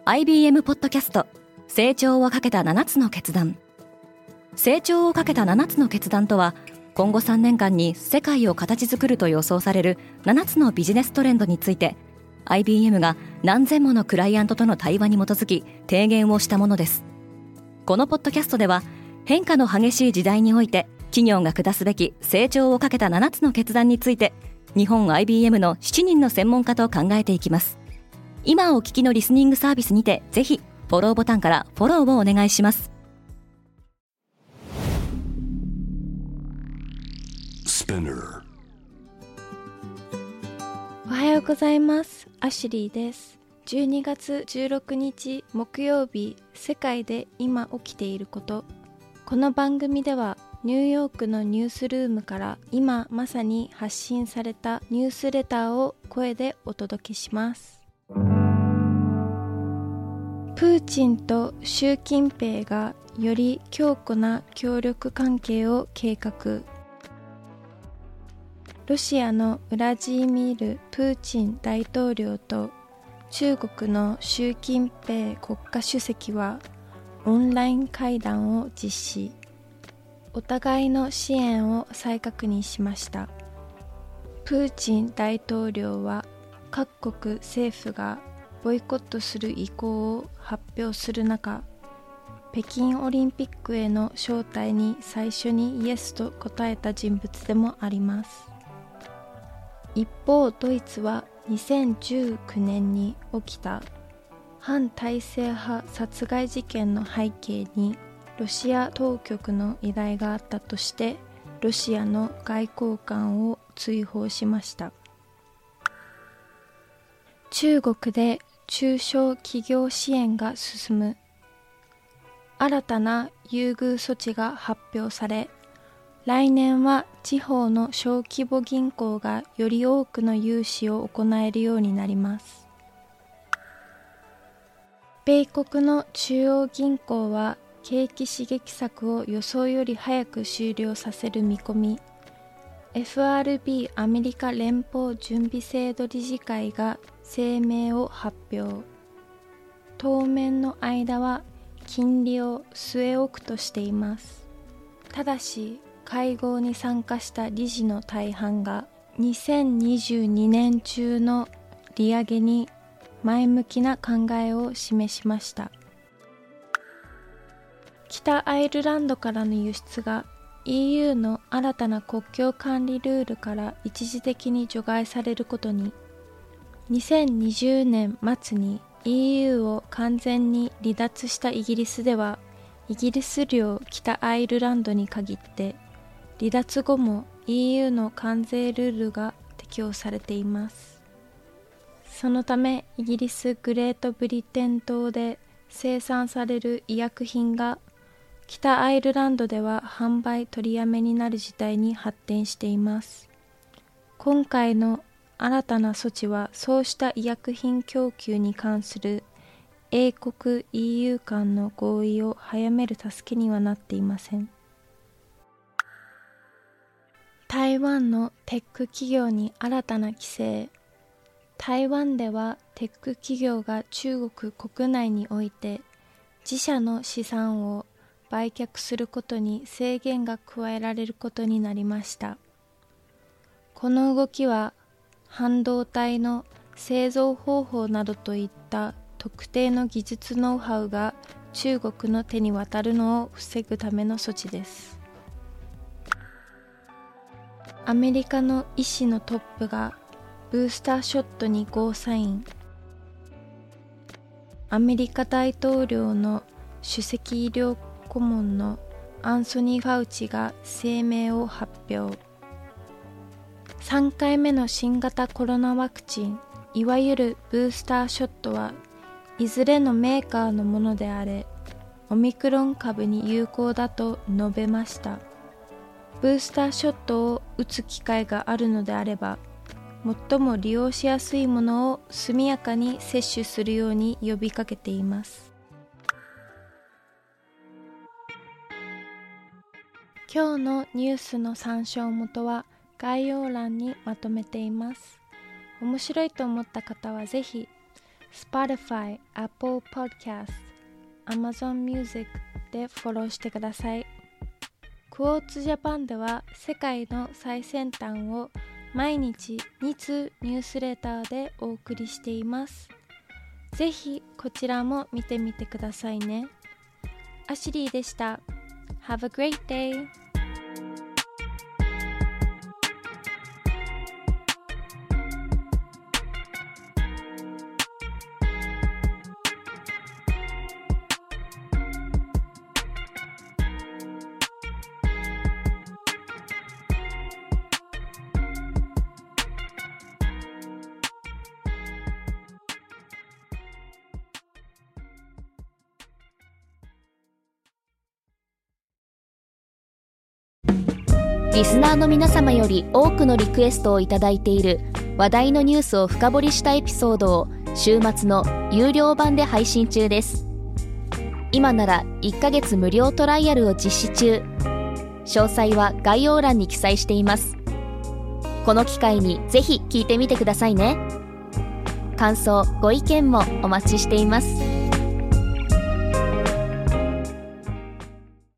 IBM ポッドキャスト成長をかけた7つの決断。成長をかけた7つの決断とは、今後3年間に世界を形作ると予想される7つのビジネストレンドについて、 IBM が何千ものクライアントとの対話に基づき提言をしたものです。このポッドキャストでは、変化の激しい時代において企業が下すべき成長をかけた7つの決断について、日本 IBM の7人の専門家と考えていきます。今お聞きのリスニングサービスにて、ぜひフォローボタンからフォローをお願いします。 おはようございます。アシュリーです。12月16日木曜日、世界で今起きていること。この番組ではニューヨークのニュースルームから今まさに発信されたニュースレターを声でお届けします。プーチンと習近平がより強固な協力関係を計画。ロシアのウラジーミール・プーチン大統領と中国の習近平国家主席はオンライン会談を実施。お互いの支援を再確認しました。プーチン大統領は各国政府がボイコットする意向を発表する中、北京オリンピックへの招待に最初にイエスと答えた人物でもあります。一方、ドイツは2019年に起きた反体制派殺害事件の背景にロシア当局の依頼があったとして、ロシアの外交官を追放しました。中国で中小企業支援が進む。新たな優遇措置が発表され、来年は地方の小規模銀行がより多くの融資を行えるようになります。米国の中央銀行は景気刺激策を予想より早く終了させる見込み。FRB アメリカ連邦準備制度理事会が声明を発表。当面の間は金利を据え置くとしています。ただし、会合に参加した理事の大半が2022年中の利上げに前向きな考えを示しました。北アイルランドからの輸出が EU の新たな国境管理ルールから一時的に除外されることに、2020年末に EU を完全に離脱したイギリスでは、イギリス領北アイルランドに限って離脱後も EU の関税ルールが適用されています。そのためイギリスグレートブリテン島で生産される医薬品が北アイルランドでは販売取りやめになる事態に発展しています。今回の新たな措置は、そうした医薬品供給に関する英国 EU 間の合意を早める助けにはなっていません。台湾のテック企業に新たな規制。台湾ではテック企業が中国国内において自社の資産を売却することに制限が加えられることになりました。この動きは半導体の製造方法などといった特定の技術ノウハウが中国の手に渡るのを防ぐための措置です。アメリカの医師のトップがブースターショットにゴーサイン。アメリカ大統領の首席医療顧問のアンソニー・ファウチが声明を発表。3回目の新型コロナワクチン、いわゆるブースターショットはいずれのメーカーのものであれ、オミクロン株に有効だと述べました。ブースターショットを打つ機会があるのであれば、最も利用しやすいものを速やかに接種するように呼びかけています。今日のニュースの参照元は概要欄にまとめています。面白いと思った方はぜひ、 Spotify、Apple Podcast、Amazon Music でフォローしてください。クォーツジャパンでは世界の最先端を毎日2通ニュースレターでお送りしています。ぜひこちらも見てみてくださいね。アシュリーでした。Have a great day! リスナーの皆様より多くのリクエストをいただいている話題のニュースを深掘りしたエピソードを週末の有料版で配信中です。今なら1ヶ月無料トライアルを実施中。詳細は概要欄に記載しています。この機会にぜひ聞いてみてくださいね。感想、ご意見もお待ちしています。